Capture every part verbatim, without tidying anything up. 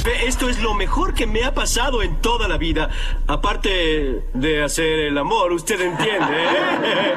jefe, esto es lo mejor que me ha pasado en toda la vida. Aparte de hacer el amor, usted entiende, ¿eh?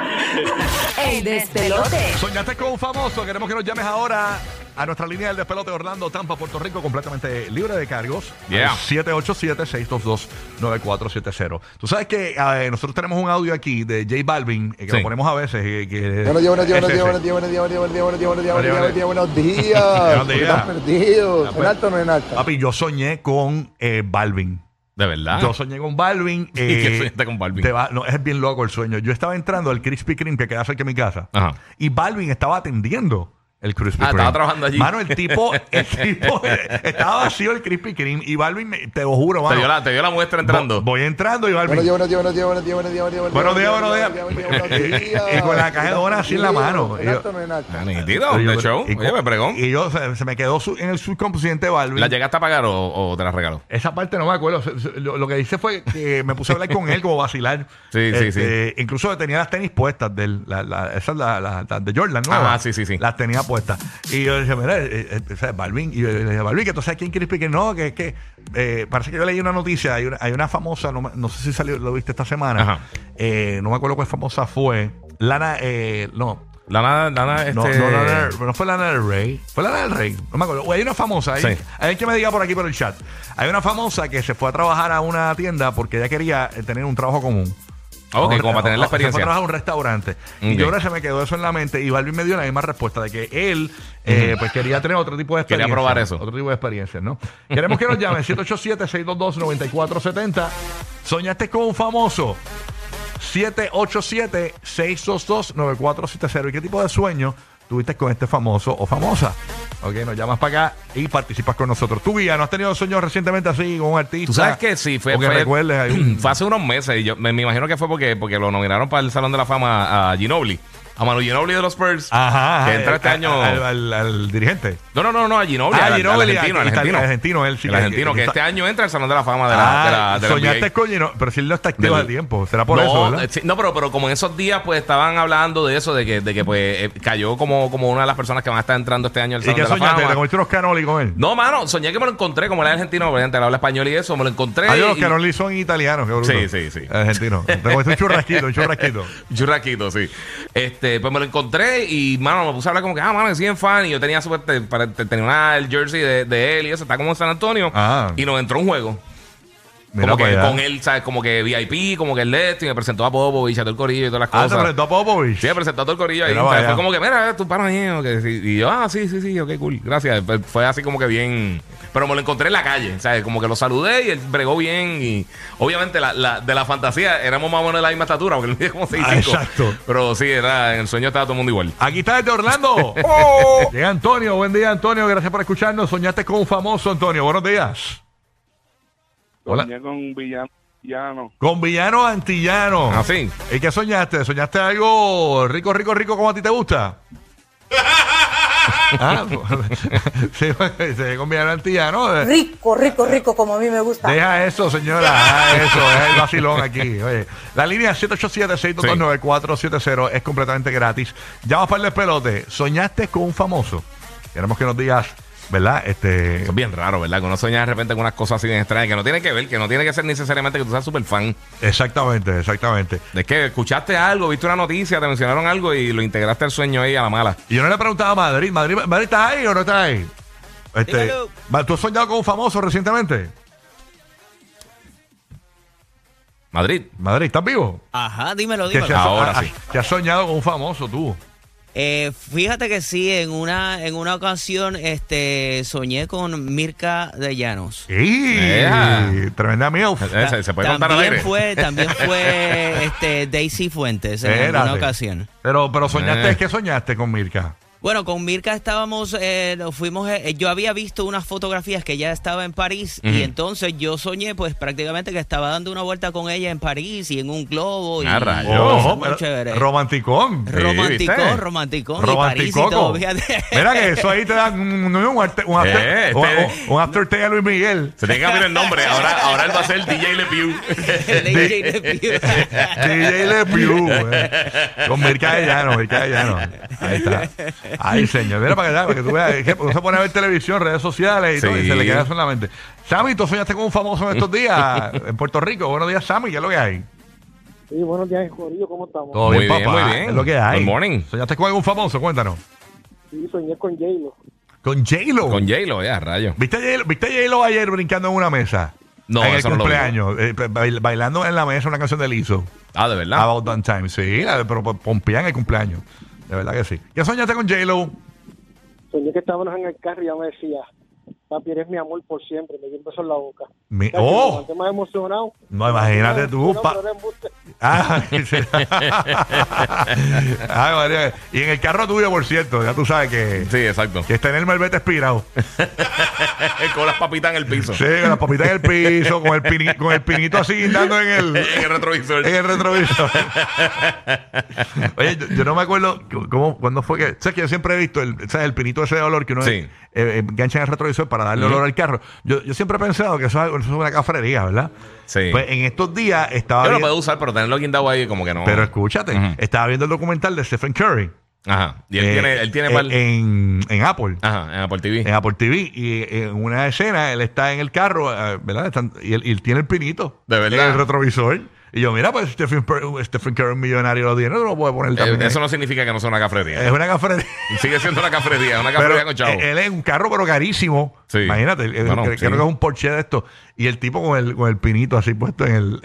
El despelote. Soñaste con un famoso. Queremos que nos llames ahora a nuestra línea del despelote Orlando, Tampa, Puerto Rico, completamente libre de cargos. Yeah. siete ocho siete, seis dos dos, nueve cuatro siete cero. Tú sabes que eh, nosotros tenemos un audio aquí de J Balvin, eh, que Sí. lo ponemos a veces. Eh, que, Buenos días, buenos días, buenos ese- días, buenos días, buenos días, buenos días, buenos días, buenos días, buenos días, buenos días, buenos días. Buenos ¿Por qué días. estás perdido? Ah, ¿En pues, alto o no en alta? Papi, yo soñé con eh, Balvin. ¿De verdad? Yo soñé con Balvin. ¿Y qué eh, soñaste con Balvin? te va- no, es bien loco el sueño. Yo estaba entrando al Krispy Kreme que queda cerca de mi casa. Ajá. Y Balvin estaba atendiendo el Krispy Ah, Kreme. estaba trabajando allí. Mano, el tipo, el tipo estaba vacío el Krispy Kreme. Y Balvin, me- te lo juro, ¿Te mano. dio, la, ¿Te dio la muestra entrando? Vo- Voy entrando y Balvin. Buenos días, buenos días, buenos días, buenos días, buenos días, buenos días, Buenos días, buenos días. buenos días, buenos días. Y con la caja de donas así en la mano. ¿En alto o no en alta? Ah, nítido, Y yo- de show. y- Oye, me pregón. Y yo, se, se me quedó su- en el subconsciente Balvin. ¿La llegaste a pagar o, o te la regaló? Esa parte no me acuerdo. Se- se- Lo, lo que hice fue que me puse a hablar con él como vacilar. Sí, sí, Este, incluso tenía las tenis puestas de él, la, la, esas la, la- las de Jordan nuevas. Ah, sí, sí, sí. Las tenía puestas. Y yo decía, mira, eh, eh, o sea, Balvin. Y yo le dije, Balvin, que tú sabes quién quiere explicar. No, que es que eh, parece que yo leí una noticia. Hay una, hay una famosa, no, me- no sé si salió, lo viste esta semana. Ajá. Eh, no me acuerdo cuál famosa fue. Lana, eh, no. Lana, Lana, este... No, no, Lana- no fue Lana del Rey. Fue Lana del Rey. No me acuerdo. O hay una famosa. Hay, Sí. hay que me diga por aquí por el chat. Hay una famosa que se fue a trabajar a una tienda porque ella quería eh, tener un trabajo común. Ok, A un- como para tener la a- Se fue a experiencia. trabajar a un restaurante. Y Ok. yo ahora se me quedó eso en la mente. Y Balvin me dio la misma respuesta de que él eh, pues quería tener otro tipo de Quería experiencia. probar eso. Otro tipo de experiencias, ¿no? Queremos que nos llamen siete ocho siete, seis dos dos, nueve cuatro siete cero. ¿Soñaste con un famoso? siete ocho siete, seis dos dos, nueve cuatro siete cero. ¿Y qué tipo de sueño tuviste con este famoso o famosa? Ok, nos llamas para acá y participas con nosotros. ¿Tú, Guía, no has tenido sueños recientemente así con un artista? Tú sabes que sí, fue, O que fue, recuerdes hay un- fue hace unos meses y yo me, me imagino que fue porque, porque lo nominaron para el Salón de la Fama a Ginobili, a Manu Ginobili de los Spurs, Ajá, que entra al- este al- año... Al, al- al dirigente. No, no, no, no, a Ginobili, Ah, al, al Ginobili, argentino, al al- argentino. al argentino, él sí el que- argentino, que, que este está- año entra al Salón de la Fama de la, Ah, de la, de la soñaste N B A. con Gino- pero si él no está activo Del- de tiempo. Será por no, eso, ¿verdad? eh, sí, no, pero, pero como en esos días pues estaban hablando de eso, de que, de que pues eh, cayó como, como una de las personas que van a estar entrando este año al ¿Y Salón qué de la soñaste? ¿Te Fama. comiste unos canoli con él? No, mano, soñé que me lo encontré, como él es argentino, obviamente él habla español y eso, me lo encontré. Ah, yo los y- canoli son italianos, qué bruto. Sí, sí, sí. Argentinos. Te comiste un churrasquito, un churrasquito. Churraquito, sí. Este, pues me lo encontré y, mano, me puse a hablar como que, ah, mano, que sí, en fan. Y yo tenía suerte, para, tenía una, el jersey de, de él y eso, está como en San Antonio. Ah. Y nos entró un juego. Mira Como que para allá. con él, ¿sabes? Como que V I P, como que el de esto, y me presentó a Popovich, a todo el corillo y todas las Ah, te cosas. presentó a Popovich. Sí, me presentó a todo el corillo ahí. Mira O sea, para fue allá. como que, mira, tu pana mío. Que sí. Y yo, ah, sí, sí, sí, ok, cool. Gracias. Pues fue así como que bien. Pero me lo encontré en la calle, ¿sabes? Como que lo saludé y él bregó bien. Y obviamente la, la, de la fantasía éramos más o menos de la misma estatura, porque él mide como seis Ah, cinco. exacto. Pero sí, era, en el sueño estaba todo el mundo igual. Aquí está desde Orlando. Llega Antonio. Buen día, Antonio. Gracias por escucharnos. Soñaste con un famoso, Antonio. Buenos días. Hola. Soñé con villano. villano. Con villano antillano. Ah, sí. ¿Y qué soñaste? ¿Soñaste algo rico, rico, rico como a ti te gusta? Ah, sí, sí, con villano antillano. Rico, rico, rico, como a mí me gusta. Deja eso, señora. Ah, eso, es el vacilón aquí. Oye, la línea siete ocho siete, seis dos dos, nueve cuatro siete cero es completamente gratis. Llamas para el despelote. ¿Soñaste con un famoso? Queremos que nos digas, ¿verdad? Este, Eso es bien raro, ¿verdad? Que uno sueña de repente con unas cosas así bien extrañas que no tiene que ver, que no tiene que ser necesariamente que tú seas súper fan. exactamente, exactamente. Es que escuchaste algo, viste una noticia, te mencionaron algo y lo integraste al sueño ahí a la mala. Y yo no le preguntaba a Madrid. ¿Madrid, Madrid está ahí o no está ahí? Este, ¿tú has soñado con un famoso recientemente? Madrid. Madrid, ¿estás vivo? Ajá, dímelo, ¿Qué dímelo. has- Ahora ah, sí. ¿Qué has soñado con un famoso tú? Eh, fíjate que sí, en una en una ocasión este soñé con Mirka de Llanos. ¡Sí! Ea. Tremenda milf. Eh, ¿Se, se puede contar al También aire? fue, también fue este Daisy Fuentes en Espérate. alguna ocasión. Pero, pero soñaste, Eh. ¿qué soñaste con Mirka? Bueno, con Mirka estábamos, eh, nos fuimos, eh, yo había visto unas fotografías que ella estaba en París Ujú. y entonces yo soñé pues prácticamente que estaba dando una vuelta con ella en París y en un globo y Ah, rayos. cosas Oh, muy pero- chéveres. romanticón. Sí, Romanticón, ¿viste? romanticón. Y París y todo, Romanticoco. fíjate. Mira que eso ahí te da un, un, un, after- un after, Eh, este- un, un aftertake a Luis Miguel. Se tiene que cambiar el nombre. Ahora, ahora él va a ser D J Le Pew. D J Le Pew. D J Le Pew. eh. Con Mirka de Llano, Mirka de Llano. Ahí está. Ay, señor, mira para que, para que tú veas, es que uno se pone a ver televisión, redes sociales y Sí. todo, y se le queda eso en la mente. Sammy, tú soñaste con un famoso en estos días en Puerto Rico. Buenos días, Sammy, ¿qué es lo que hay? Sí, buenos días, Corillo, ¿cómo estamos? Todo Muy bien, bien, papá. muy bien. Es lo que hay. Good morning. ¿Soñaste con algún famoso? Cuéntanos. Sí, soñé con J-Lo. Con J-Lo. Con J-Lo, ya, rayo. ¿Viste a J-Lo, ¿Viste a J-Lo ayer brincando en una mesa? No, en el eso no lo vi. cumpleaños, eh, bail- bailando en la mesa una canción de Lizzo. Ah, ¿de verdad? About That Time. Sí, la- pero pompía en el cumpleaños. De verdad que sí. ¿Qué soñaste con J-Lo? Soñé que estábamos en el carro y ella me decía, papi, eres mi amor por siempre. Me dio un beso en la boca. Mi- Chacho, me ¡Oh! levanté más emocionado. No, imagínate Me tú, emocionado, pa- pero era embuste. Ah, sí. Ay, María. Y en el carro tuyo, por cierto, ya tú sabes que, Sí, exacto. que está en el malvete expirado. Con las papitas en el piso. Sí, con las papitas en el piso, con el, pini- con el pinito así guindando en el, En el retrovisor. en el retrovisor. Oye, yo, yo no me acuerdo cómo, cuándo fue que. ¿Sabes que yo siempre he visto el, ¿sabes? El pinito ese de olor que uno Sí. eh, eh, engancha en el retrovisor para darle olor al carro? Yo, yo siempre he pensado que eso, es- eso es una cafrería, ¿verdad? Sí. Pues en estos días estaba Yo lo viendo- puedo usar, pero tenerlo guindado ahí como que no. Pero escúchate, Ujú. estaba viendo el documental de Stephen Curry. Ajá. Y él eh, tiene, él tiene eh, pal- en, en Apple. Ajá, en Apple T V. En Apple T V. Y en una escena, él está en el carro, eh, ¿verdad? Están- y, él, y él tiene el pinito. ¿De verdad? En el retrovisor. Y yo, mira, pues Stephen, Per- Stephen Curry, millonario, lo tiene, no lo puede poner Eh, también. eso ahí. no significa que no sea una cafrería. Es una cafrería. Sigue siendo una cafrería, una Pero cafrería con chavo. eh, él es un carro, pero carísimo. Sí. Imagínate, eh, Bueno, creo, sí. creo que es un Porsche de esto. Y el tipo con el, con el pinito así puesto en el.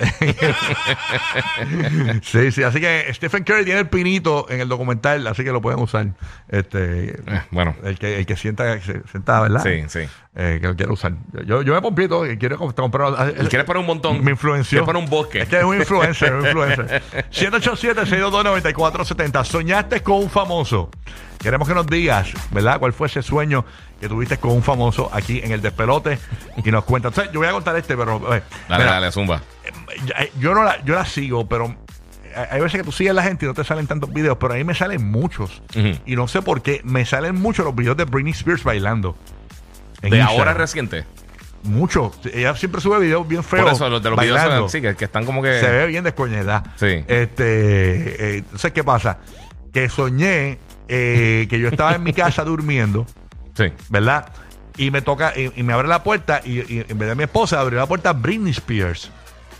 sí, sí. Así que Stephen Curry tiene el pinito en el documental, así que lo pueden usar. Este, Eh, bueno. el que, el que sienta, se, sienta, ¿verdad? Sí, sí. Eh, que lo quiero usar. Yo, yo me pompito y quiero comp- comprar. Y quieres poner un montón. Me influenció. Quieres poner un bosque. Es que es un influencer, un influencer. siete ocho siete, seis dos dos, nueve cuatro siete cero. Soñaste con un famoso. Queremos que nos digas, ¿verdad? ¿Cuál fue ese sueño que tuviste con un famoso aquí en el despelote? Y nos cuentas. Entonces, yo voy a contar este, pero. eh, Dale, mira, dale, zumba. eh, Yo, no la, yo la sigo, pero. eh, Hay veces que tú sigues a la gente y no te salen tantos videos, pero ahí me salen muchos. Ujú. Y no sé por qué. Me salen muchos los videos de Britney Spears bailando. En De Instagram. ahora reciente. Mucho. Ella siempre sube videos bien feos. Por eso, los de los videos bailando. son- sí, que, que están como que. Se ve bien descoñedad. Sí. Este, eh, entonces, ¿qué pasa? Que soñé eh, que yo estaba en mi casa durmiendo, Sí. ¿verdad? Y me toca, y, y me abre la puerta, y, y en vez de mi esposa, abrió la puerta Britney Spears.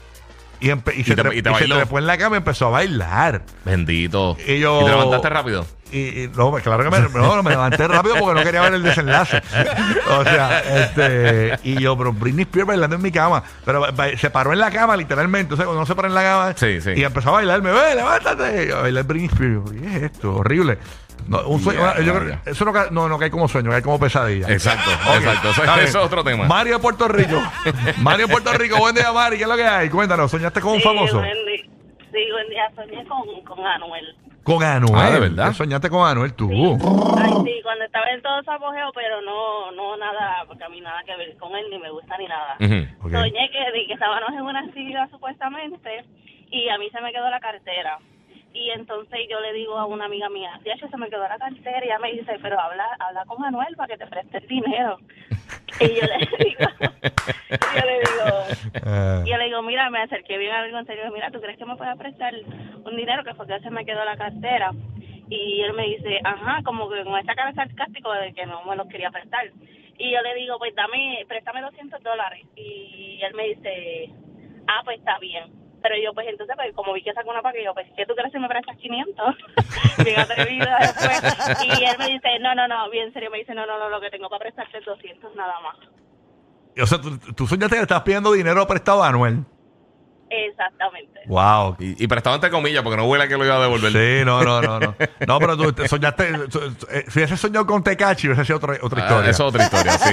Y, empe- y, Y se, te- tre- y te y se bailó. trepó en la cama y empezó a bailar. Bendito. Y yo- ¿Y te levantaste rápido? Y, y no, claro que me, no, me levanté rápido porque no quería ver el desenlace. O sea, este, y yo, pero Britney Spears bailando en mi cama. Pero ba- ba- se paró en la cama, literalmente. O sea, cuando uno se para en la cama Sí, sí. y empezó a bailarme, ve, levántate. Y a bailar Britney Spears. Yo, ¿qué es esto? Horrible. No, un sueño, Ya, yo ya, creo- ya. eso no, cae- no, no cae como sueño, cae como pesadilla. Exacto, Ok, exacto. Eso, está bien. eso es otro tema. Mario de Puerto Rico. Mario de Puerto Rico, buen día, Mari. ¿Qué es lo que hay? Cuéntanos, ¿soñaste con un famoso? Buen día. Sí, buen día. Soñé con, con Anuel. Con Anuel. Ah, ¿de verdad? ¿Qué soñaste con Anuel tú? Ay, sí, cuando estaba en todo su apogeo, pero no, no nada, porque a mí nada que ver con él, ni me gusta ni nada. Ujú. Ok. Soñé que, de que estábamos en una actividad supuestamente y a mí se me quedó la cartera. Y entonces yo le digo a una amiga mía, Tiacho, se me quedó la cartera. Y ella me dice, pero habla habla con Manuel para que te preste el dinero. Y yo le digo, yo le digo, Eh, yo le digo, mira, me acerqué bien algo en serio. Mira, ¿tú crees que me puedes prestar un dinero que fue que se me quedó la cartera? Y él me dice, ajá, como que con esa cara sarcástico de que no me los quería prestar. Y yo le digo, pues dame, préstame doscientos dólares. Y él me dice, ah, pues está bien. Pero yo, pues entonces, pues como vi que sacó una paga, yo, pues, ¿qué tú crees si me prestas quinientos? Bien atrevida después. Y él me dice, no, no, no, bien serio, me dice, no, no, no, lo que tengo para prestarte es doscientos nada más. o sea, tú, tú soñaste que le estás pidiendo dinero prestado a Anuel. Exactamente. Wow. Y, y prestado entre comillas, porque no huele a que lo iba a devolver. Sí, no, no, no, no. No, pero tú te soñaste. su- su- eh, Si hubiese soñado con Tecachi, hubiese sido otra, otra Ah, historia. eso es otra historia, sí.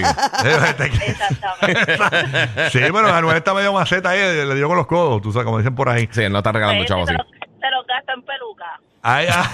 Exactamente. Sí, pero Anuel está medio maceta ahí, le dio con los codos, tú sabes, como dicen por ahí. Sí, él no está regalando Ese chavos te, así. lo, te lo gasta en peluca. Ay, ay.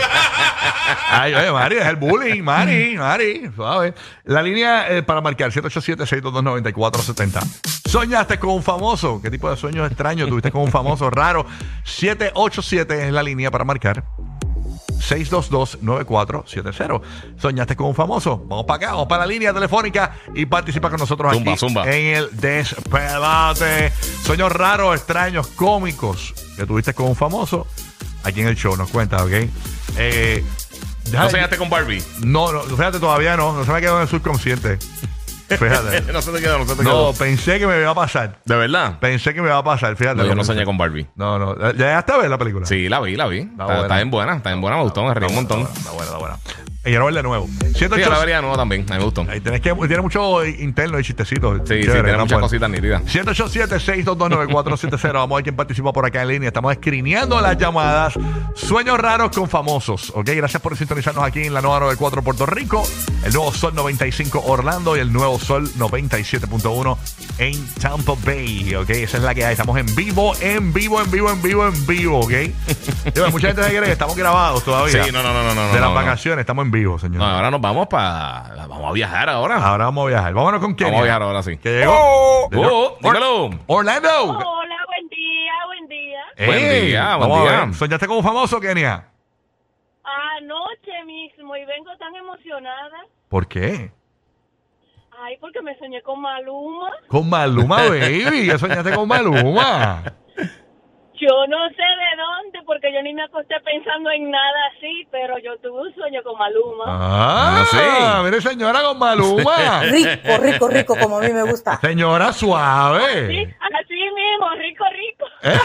Ay, oye, Mari, es el bullying, Mari, Mari, suave. La línea eh, para marcar siete ocho siete, seis dos dos, nueve cuatro siete cero. ¿Soñaste con un famoso? ¿Qué tipo de sueños extraños tuviste con un famoso raro? siete ocho siete es la línea para marcar. seis dos dos, nueve cuatro siete cero. ¿Soñaste con un famoso? Vamos para acá, vamos para la línea telefónica y participa con nosotros Zumba, aquí zumba. en el Despelote. Sueños raros, extraños, cómicos que tuviste con un famoso aquí en el show. Nos cuenta, ¿ok? Eh, Ya- ¿No soñaste con Barbie? No, no, fíjate, todavía no. No se me quedó en el subconsciente. Fíjate. No se te quedó, no se te No, quedó. pensé que me iba a pasar. ¿De verdad? Pensé que me iba a pasar, fíjate. No, yo lo no pensé. soñé con Barbie. No, no. ¿Ya llegaste a ver la película? Sí, la vi, la vi. Está, buena. está bien buena, está bien buena, me gustó, me reí un montón. Está buena, está buena. Y quiero verla de nuevo. Sí, yo la ciento ocho vería de nuevo también, a mí me gustó. Ahí tenés que, tiene mucho interno y chistecitos. Sí, sí, Chévere, tiene está muchas bueno. cositas nítidas. siete ocho siete, seis dos dos, nueve cuatro siete cero. Vamos a ver quién participa por acá en línea. Estamos escrineando las llamadas. Sueños raros con famosos. Ok, gracias por sintonizarnos aquí en la nueva noventa y cuatro Puerto Rico, el nuevo Sol noventa y cinco Orlando y el nuevo Sol noventa y siete punto uno en Tampa Bay. Ok, esa es la que hay. Estamos en vivo, en vivo, en vivo, en vivo, en vivo. Ok. Digo, mucha gente se cree que estamos grabados todavía. Sí, no, no, no, no. no De las no, vacaciones, estamos en vivo, señor. No, ahora nos vamos para. Vamos a viajar ahora. Ahora vamos a viajar. Vámonos con Kenia. Vamos a viajar ahora sí. Que llegó. Oh, Desde oh, Or- dímelo. Orlando. Hola, buen día, buen día. Buen Ey, día, buen vamos a día. ver. ¿Soñaste como famoso, Kenia? Anoche mismo y vengo tan emocionada. ¿Por qué? Ay, porque me soñé con Maluma. Con Maluma, baby. ¿Qué soñaste con Maluma? Yo no sé de dónde, porque yo ni me acosté pensando en nada así, pero yo tuve un sueño con Maluma. Ah, Ah, sí. Mire, señora, con Maluma. Rico, rico, rico, como a mí me gusta. Señora, Sí, suave. así mismo, rico, rico.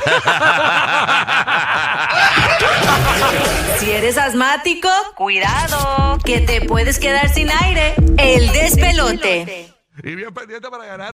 Si eres asmático, cuidado, que te puedes quedar sin aire. El despelote. Y bien pendiente para ganar.